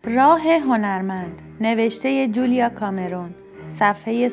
راه هنرمند، نوشته جولیا کامرون، صفحه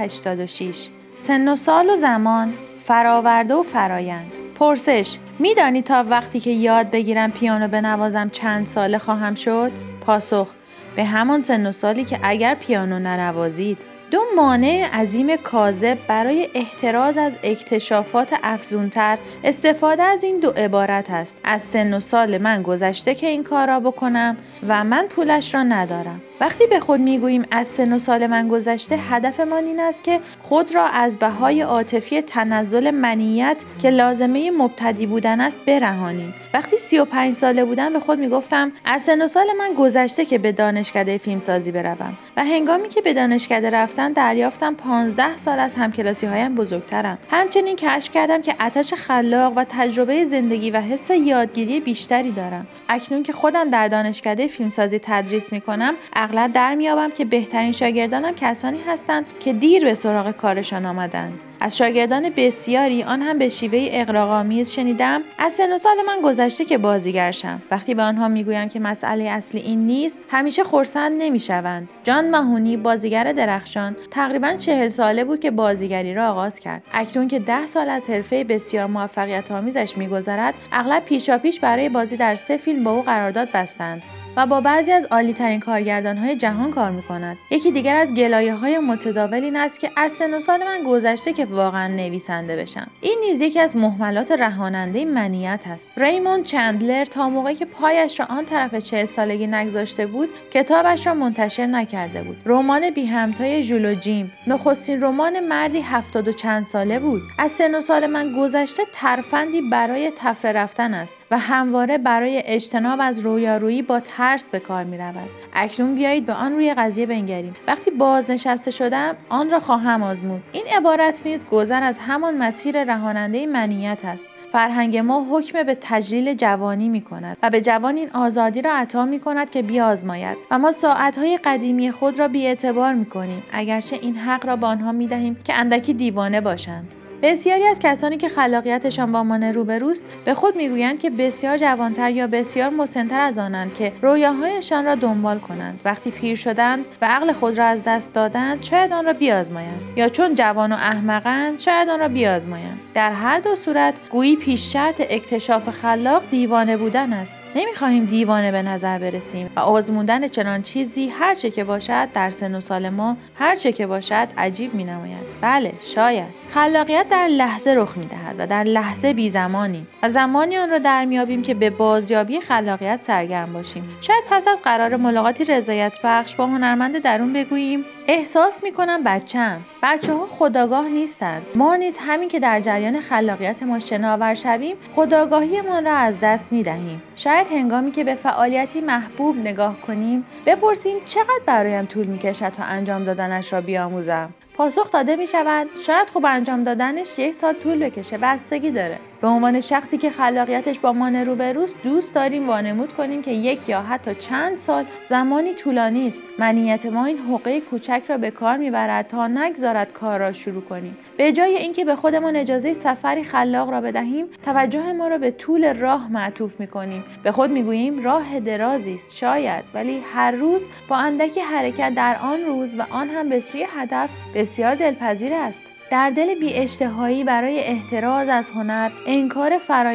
186. سن و سال و زمان، فراورده و فرایند. پرسش: میدانی تا وقتی که یاد بگیرم پیانو بنوازم چند ساله خواهم شد؟ پاسخ: به همان سن و سالی که اگر پیانو ننوازید. دو مانع عظیم کاذب برای احتراز از اکتشافات افزونتر استفاده از این دو عبارت است: از سن و سال من گذشته که این کار را بکنم و من پولش را ندارم. وقتی به خود میگوییم از سن و سال من گذشته، هدفمان این است که خود را از بهای عاطفی تنزل منیت که لازمه مبتدی بودن است برهانیم. وقتی 35 ساله بودم به خود میگفتم از سن و سال من گذشته که به دانشکده فیلمسازی بروم و هنگامی که به دانشکده رفتم دریافتم 15 سال از همکلاسی‌هایم بزرگترم. همچنین کشف کردم که آتش خلاق و تجربه زندگی و حس یادگیری بیشتری دارم. اکنون که خودم در دانشکده فیلمسازی تدریس می‌کنم، اغلب در میابم که بهترین شاگردانم کسانی هستند که دیر به سراغ کارشان آمدند. از شاگردان بسیاری، آن هم به شیوه اغراق‌آمیز، شنیدم از سن و سال من گذشته که بازیگر شم. وقتی به آنها میگویم که مسئله اصلی این نیست، همیشه خرسند نمیشوند. جان ماهونی، بازیگر درخشان، تقریباً 40 ساله بود که بازیگری را آغاز کرد. اکنون که 10 سال از حرفه بسیار موفقیت‌آمیزش میگذرد، اغلب پیشاپیش برای بازی در 3 فیلم با او قرارداد بستند و با بعضی از عالی‌ترین کارگردان‌های جهان کار می‌کند. یکی دیگر از گلایه‌های متداول این است که از سن و سال من گذشته که واقعاً نویسنده بشم. این نیز یکی از مهملات رهاننده منیت است. ریموند چندلر تا موقعی که پایش را آن طرف 40 سالگی نگذاشته بود، کتابش را منتشر نکرده بود. رمان بی همتای ژول و جیم، نخستین رمان مردی 70 و چند ساله بود. از سن و سال من گذشته ترفندی برای تفره رفتن است و همواره برای اجتناب از رویارویی با ترس به کار می رود. اکنون بیایید به آن روی قضیه بنگریم. وقتی بازنشسته شدم آن را خواهم آزمود. این عبارت نیز گذر از همان مسیر رهاننده منیت است. فرهنگ ما حکم به تجلیل جوانی می کند و به جوان این آزادی را عطا می کند که بیازماید و ما ساعتهای قدیمی خود را بی‌اعتبار می کنیم، اگرچه این حق را به آنها می دهیم که اندکی دیوانه باشند. بسیاری از کسانی که خلاقیتشان با ما روبروست به خود میگویند که بسیار جوانتر یا بسیار مسن‌تر از آنند که رویاهایشان را دنبال کنند. وقتی پیر شدند و عقل خود را از دست دادند شاید آن را بیازمایند، یا چون جوان و احمقند شاید آن را بیازمایند. در هر دو صورت گویی پیش شرط اکتشاف خلاق دیوانه بودن است. نمیخواهیم دیوانه به نظر برسیم و آزمودن چنان چیزی هر چه که باشد در سن و سال ما هر چه که باشد عجیب مینماید. بله، شاید خلاقیت در لحظه رخ می‌دهد و در لحظه بی زمانیم و زمانی آن را در میابیم که به بازیابی خلاقیت سرگرم باشیم. شاید پس از قرار ملاقاتی رضایت بخش با هنرمند درون بگوییم احساس می‌کنم بچه‌ها خودآگاه نیستند. ما نیز همین که در جریان خلاقیت ما شناور شویم خودآگاهیمان را از دست می‌دهیم. شاید هنگامی که به فعالیتی محبوب نگاه کنیم بپرسیم چقدر برایم طول می‌کشد تا انجام دادنش را بیاموزم. پاسخ داده می شود شاید خوب انجام دادنش 1 سال طول بکشه، بستگی داره. به عنوان شخصی که خلاقیتش با ما روبروست دوست داریم وانمود کنیم که 1 یا حتی چند سال زمانی طولانی است. منیت ما این حقه کوچک را به کار میبرد تا نگذارد کار را شروع کنیم. به جای اینکه به خودمان اجازه سفری خلاق را بدهیم توجه ما را به طول راه معطوف میکنیم. به خود میگوییم راه درازی است شاید، ولی هر روز با اندکی حرکت در آن روز و آن هم به سوی هدف بسیار دلپذیر است. در دل بی اشتهایی برای احتراز از هنر انکار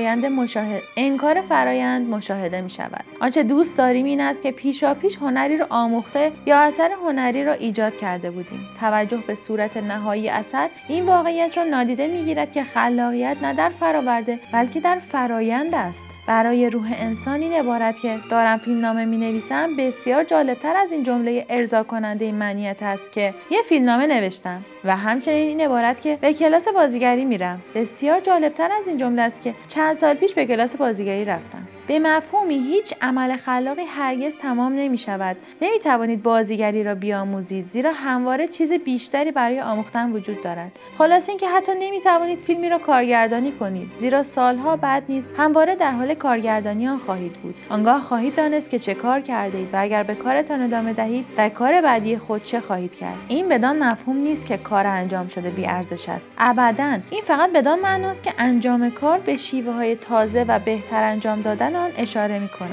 فرایند مشاهده می شود. آنچه دوست داریم این است که پیشاپیش هنری را آموخته یا اثر هنری را ایجاد کرده بودیم. توجه به صورت نهایی اثر این واقعیت را نادیده می گیرد که خلاقیت نه در فراورده بلکه در فرایند است. برای روح انسان این عبارت که دارم فیلمنامه می‌نویسم بسیار جالبتر از این جمله ارضا کننده منیت است که یه فیلمنامه نوشتم، و همچنین این عبارت که به کلاس بازیگری میرم بسیار جالبتر از این جمله است که چند سال پیش به کلاس بازیگری رفتم. به مفهومی هیچ عمل خلاقی هرگز تمام نمی شود. نمی توانید بازیگری را بیاموزید زیرا همواره چیز بیشتری برای آموختن وجود دارد. خلاصه اینکه حتی نمی توانید فیلمی را کارگردانی کنید زیرا سالها بعد نیز همواره در حال کارگردانی آن خواهید بود. آنگاه خواهید دانست که چه کار کرده اید و اگر به کارتان ادامه دهید در کار بعدی خود چه خواهید کرد. این بدان مفهوم نیست که کار انجام شده بی ارزش است. ابداً. این فقط بدان معناست که انجام کار به شیوه‌های تازه و بهتر انجام دادن آن اشاره می‌کند.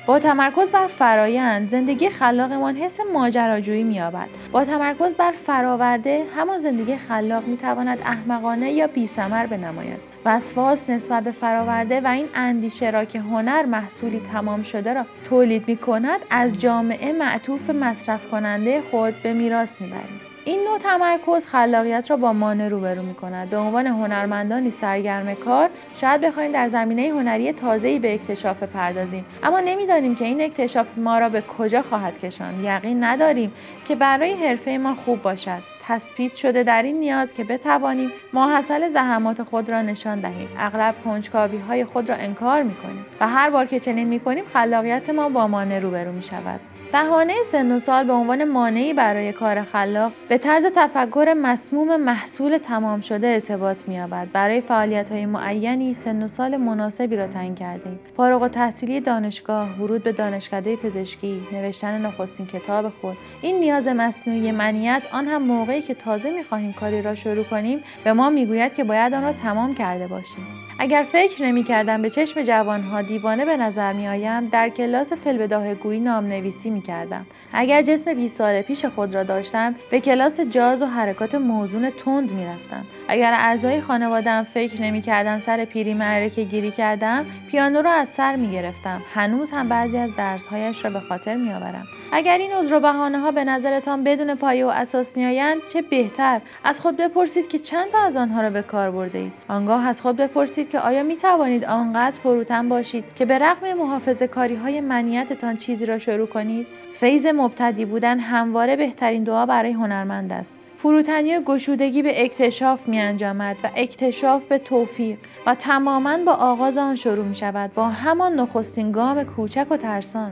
با تمرکز بر فرایند، زندگی خلاقمان حس ماجراجویی می‌یابد. با تمرکز بر فراورده، همان زندگی خلاق می‌تواند احمقانه یا بی‌ثمر بنماید. وسواس نسبت به فراورده و این اندیشه را که هنر محصولی تمام شده را تولید می‌کند، از جامعه معطوف مصرف کننده خود به میراث می‌بریم. این نوع تمرکز خلاقیت را با مانع روبرو می‌کند. به عنوان هنرمندانی سرگرم کار، شاید بخواهیم در زمینه هنری تازه‌ای به اکتشاف بپردازیم، اما نمی‌دانیم که این اکتشاف ما را به کجا خواهد کشاند. یقین نداریم که برای حرفه ما خوب باشد. تثبیت شده در این نیاز که بتوانیم ماحصل زحمات خود را نشان دهیم. اغلب کنجکاوی‌های خود را انکار می‌کنیم و هر بار که چنین می‌کنیم خلاقیت ما با مانع روبرو می‌شود. بهانه سن و سال به عنوان مانعی برای کار خلاق به طرز تفکر مسموم محصول تمام شده ارتباط می‌یابد. برای فعالیت‌های معینی سن و سال مناسبی را تعیین کردیم. فارغ التحصیلی دانشگاه، ورود به دانشکده پزشکی، نوشتن نخستین کتاب خود. این نیاز مصنوعی منیت، آن هم موقعی که تازه می‌خواهیم کاری را شروع کنیم، به ما می‌گوید که باید آن را تمام کرده باشیم. اگر فکر نمی‌کردم به چشم جوانها دیوانه به نظر می‌آیم، در کلاس فی‌البداهه‌گویی نام‌نویسی می‌کردم. اگر جسم 20 سال پیش خود را داشتم، به کلاس جاز و حرکات موزون تند می‌رفتم. اگر اعضای خانواده‌ام فکر نمی‌کردند سر پیری معرکه گیری کردم، پیانو را از سر می‌گرفتم. هنوز هم بعضی از درس‌هایش را به خاطر می‌آورم. اگر این عذر و بهانه‌ها به نظرتان بدون پایه و اساس می‌آیند، چه بهتر. از خود بپرسید که چند تا از آنها را به کار برده‌اید. آنگاه از خود بپرسید که آیا می‌توانید آنقدر فروتن باشید که به رغم محافظه‌کاری‌های منیتتان چیزی را شروع کنید؟ فیض مبتدی بودن همواره بهترین دعا برای هنرمند است. فروتنی و گشودگی به اکتشاف می‌انجامد و اکتشاف به توفیق و تماماً با آغاز آن شروع می‌شود، با همان نخستین گام کوچک و ترسان.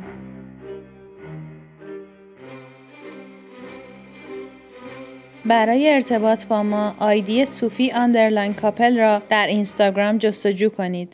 برای ارتباط با ما آیدی صوفی _ کاپل را در اینستاگرام جستجو کنید.